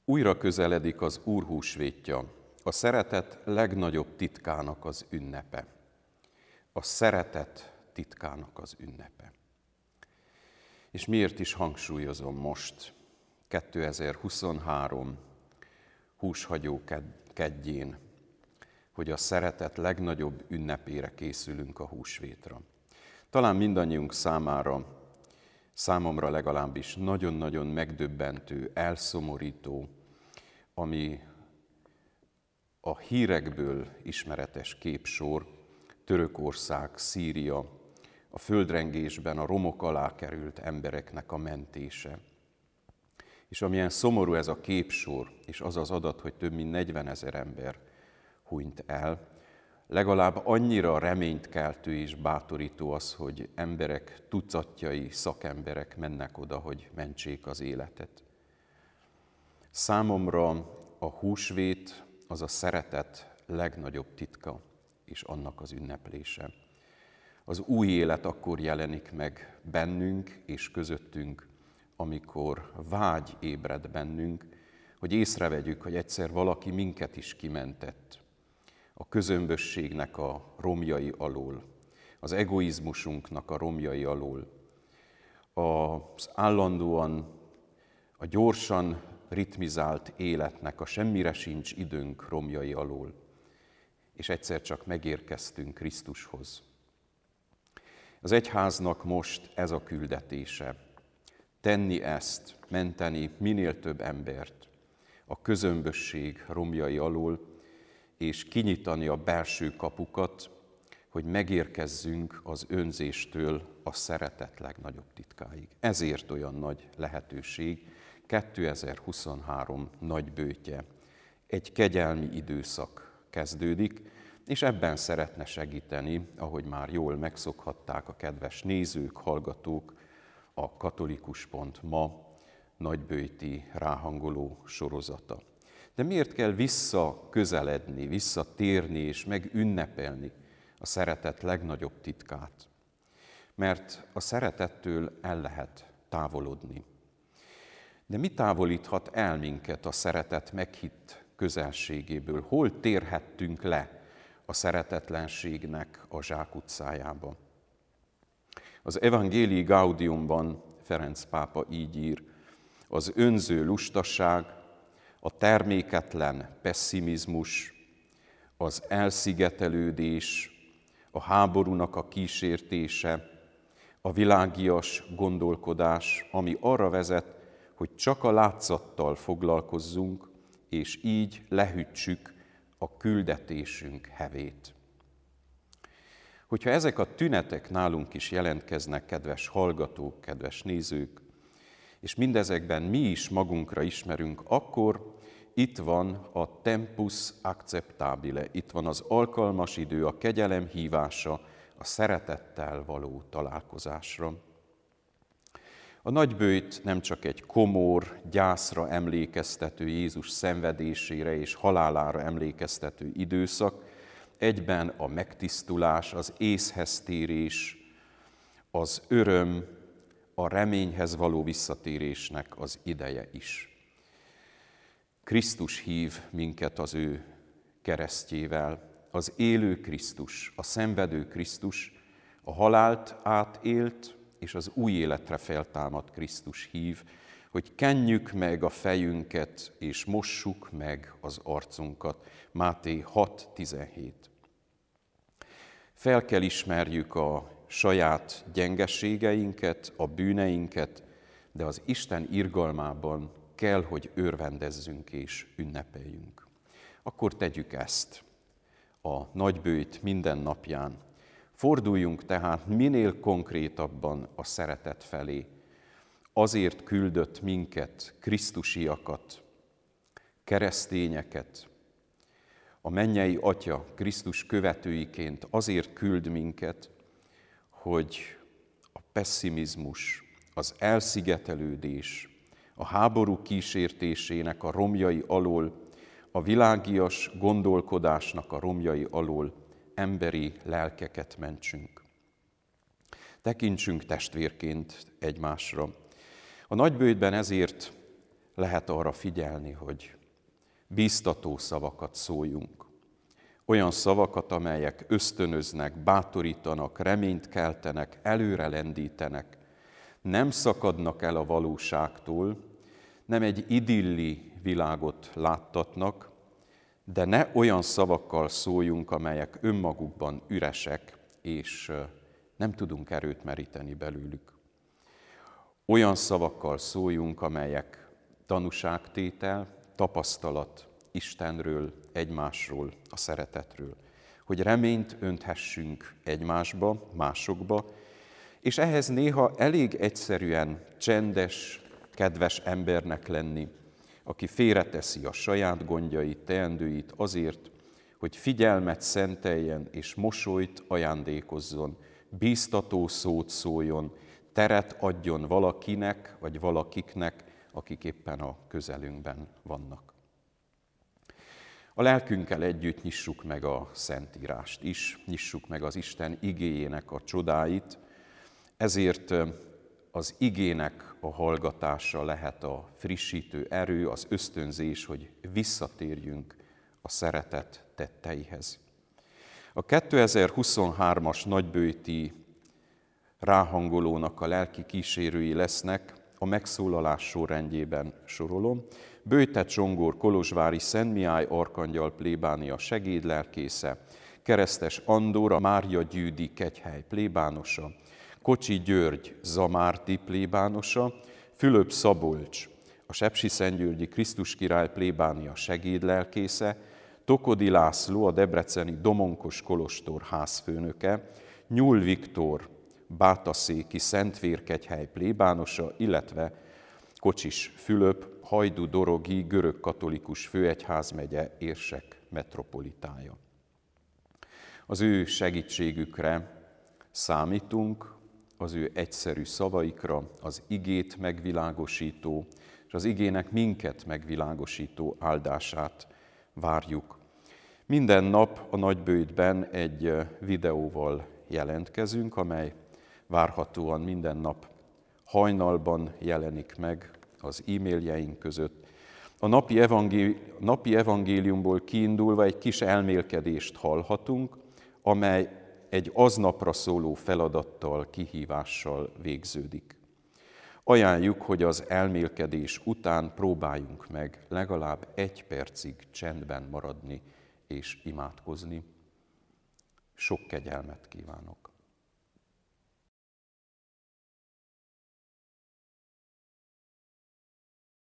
Újra közeledik az Úr húsvétja, a szeretet legnagyobb titkának az ünnepe. A szeretet titkának az ünnepe. És miért is hangsúlyozom most, 2023 húshagyó kedjén, hogy a szeretet legnagyobb ünnepére készülünk a húsvétra. Talán mindannyiunk számára, számomra legalábbis nagyon-nagyon megdöbbentő, elszomorító, ami a hírekből ismeretes képsor, Törökország, Szíria, a földrengésben a romok alá került embereknek a mentése. És amilyen szomorú ez a képsor, és az az adat, hogy több mint 40 000 ember hunyt el, legalább annyira reménykeltő és bátorító az, hogy emberek, tucatjai, szakemberek mennek oda, hogy mentsék az életet. Számomra a húsvét az a szeretet legnagyobb titka, és annak az ünneplése. Az új élet akkor jelenik meg bennünk és közöttünk, amikor vágy ébred bennünk, hogy észrevegyük, hogy egyszer valaki minket is kimentett a közömbösségnek a romjai alól, az egoizmusunknak a romjai alól, az állandóan, a gyorsan ritmizált életnek a semmire sincs időnk romjai alól, és egyszer csak megérkeztünk Krisztushoz. Az egyháznak most ez a küldetése, tenni ezt, menteni minél több embert a közömbösség romjai alól, és kinyitani a belső kapukat, hogy megérkezzünk az önzéstől a szeretet legnagyobb titkáig. Ezért olyan nagy lehetőség 2023 nagyböjtje. Egy kegyelmi időszak kezdődik, és ebben szeretne segíteni, ahogy már jól megszokhatták a kedves nézők, hallgatók, a Katolikus.ma nagyböjti ráhangoló sorozata. De miért kell visszaközeledni, visszatérni és megünnepelni a szeretet legnagyobb titkát? Mert a szeretettől el lehet távolodni. De mi távolíthat el minket a szeretet meghitt közelségéből? Hol térhettünk le a szeretetlenségnek a zsákutcájába? Az Evangelii Gaudiumban Ferenc pápa így ír: az önző lustaság, a terméketlen pesszimizmus, az elszigetelődés, a háborúnak a kísértése, a világias gondolkodás, ami arra vezet, hogy csak a látszattal foglalkozzunk, és így lehűtsük a küldetésünk hevét. Hogyha ezek a tünetek nálunk is jelentkeznek, kedves hallgatók, kedves nézők, és mindezekben mi is magunkra ismerünk, akkor itt van a tempus acceptabile, itt van az alkalmas idő, a kegyelem hívása, a szeretettel való találkozásra. A nagyböjt nem csak egy komor, gyászra emlékeztető, Jézus szenvedésére és halálára emlékeztető időszak, egyben a megtisztulás, az észhez térés, az öröm, a reményhez való visszatérésnek az ideje is. Krisztus hív minket az ő keresztjével, az élő Krisztus, a szenvedő Krisztus, a halált átélt és az új életre feltámadt Krisztus hív, hogy kenjük meg a fejünket és mossuk meg az arcunkat. Máté 6:17. Fel kell ismerjük a saját gyengeségeinket, a bűneinket, de az Isten irgalmában kell, hogy örvendezzünk és ünnepeljünk. Akkor tegyük ezt a nagyböjt minden napján. Forduljunk tehát minél konkrétabban a szeretet felé. Azért küldött minket, krisztusiakat, keresztényeket, a mennyei Atya Krisztus követőiként azért küld minket, hogy a pesszimizmus, az elszigetelődés, a háború kísértésének a romjai alól, a világias gondolkodásnak a romjai alól emberi lelkeket mentsünk. Tekintsünk testvérként egymásra. A nagyböjtben ezért lehet arra figyelni, hogy bíztató szavakat szóljunk. Olyan szavakat, amelyek ösztönöznek, bátorítanak, reményt keltenek, előre lendítenek, nem szakadnak el a valóságtól, nem egy idilli világot láttatnak, de ne olyan szavakkal szóljunk, amelyek önmagukban üresek, és nem tudunk erőt meríteni belőlük. Olyan szavakkal szóljunk, amelyek tanúságtétel, tapasztalat Istenről, egymásról, a szeretetről. Hogy reményt önthessünk egymásba, másokba, és ehhez néha elég egyszerűen csendes, kedves embernek lenni, aki félreteszi a saját gondjait, teendőit azért, hogy figyelmet szenteljen és mosolyt ajándékozzon, bíztató szót szóljon, teret adjon valakinek vagy valakiknek, akik éppen a közelünkben vannak. A lelkünkkel együtt nyissuk meg a Szentírást is, nyissuk meg az Isten igéjének a csodáit, ezért az igének a hallgatása lehet a frissítő erő, az ösztönzés, hogy visszatérjünk a szeretet tetteihez. A 2023-as nagybőjti ráhangolónak a lelki kísérői lesznek, a megszólalás sorrendjében sorolom. Böjte Csongor kolozsvári Szent Mihály arkangyal plébánia segédlelkésze, Keresztes Andor a Mária Gyűdi kegyhely plébánosa, Kocsi György zamárti plébánosa, Fülöp Szabolcs a Sepsiszentgyörgyi Krisztus király plébánia segédlelkésze, Tokodi László a debreceni Domonkos kolostor házfőnöke, Nyúl Viktor bátaszéki Szentvérkegyhely plébánosa, illetve Kocsis Fülöp hajdú-dorogi görögkatolikus főegyházmegye érsek metropolitája. Az ő segítségükre számítunk, az ő egyszerű szavaikra, az igét megvilágosító, és az igének minket megvilágosító áldását várjuk. Minden nap a nagybőjtben egy videóval jelentkezünk, amely várhatóan minden nap hajnalban jelenik meg az e-mailjeink között. A napi evangéliumból kiindulva egy kis elmélkedést hallhatunk, amely egy aznapra szóló feladattal, kihívással végződik. Ajánljuk, hogy az elmélkedés után próbáljunk meg legalább 1 percig csendben maradni és imádkozni. Sok kegyelmet kívánok!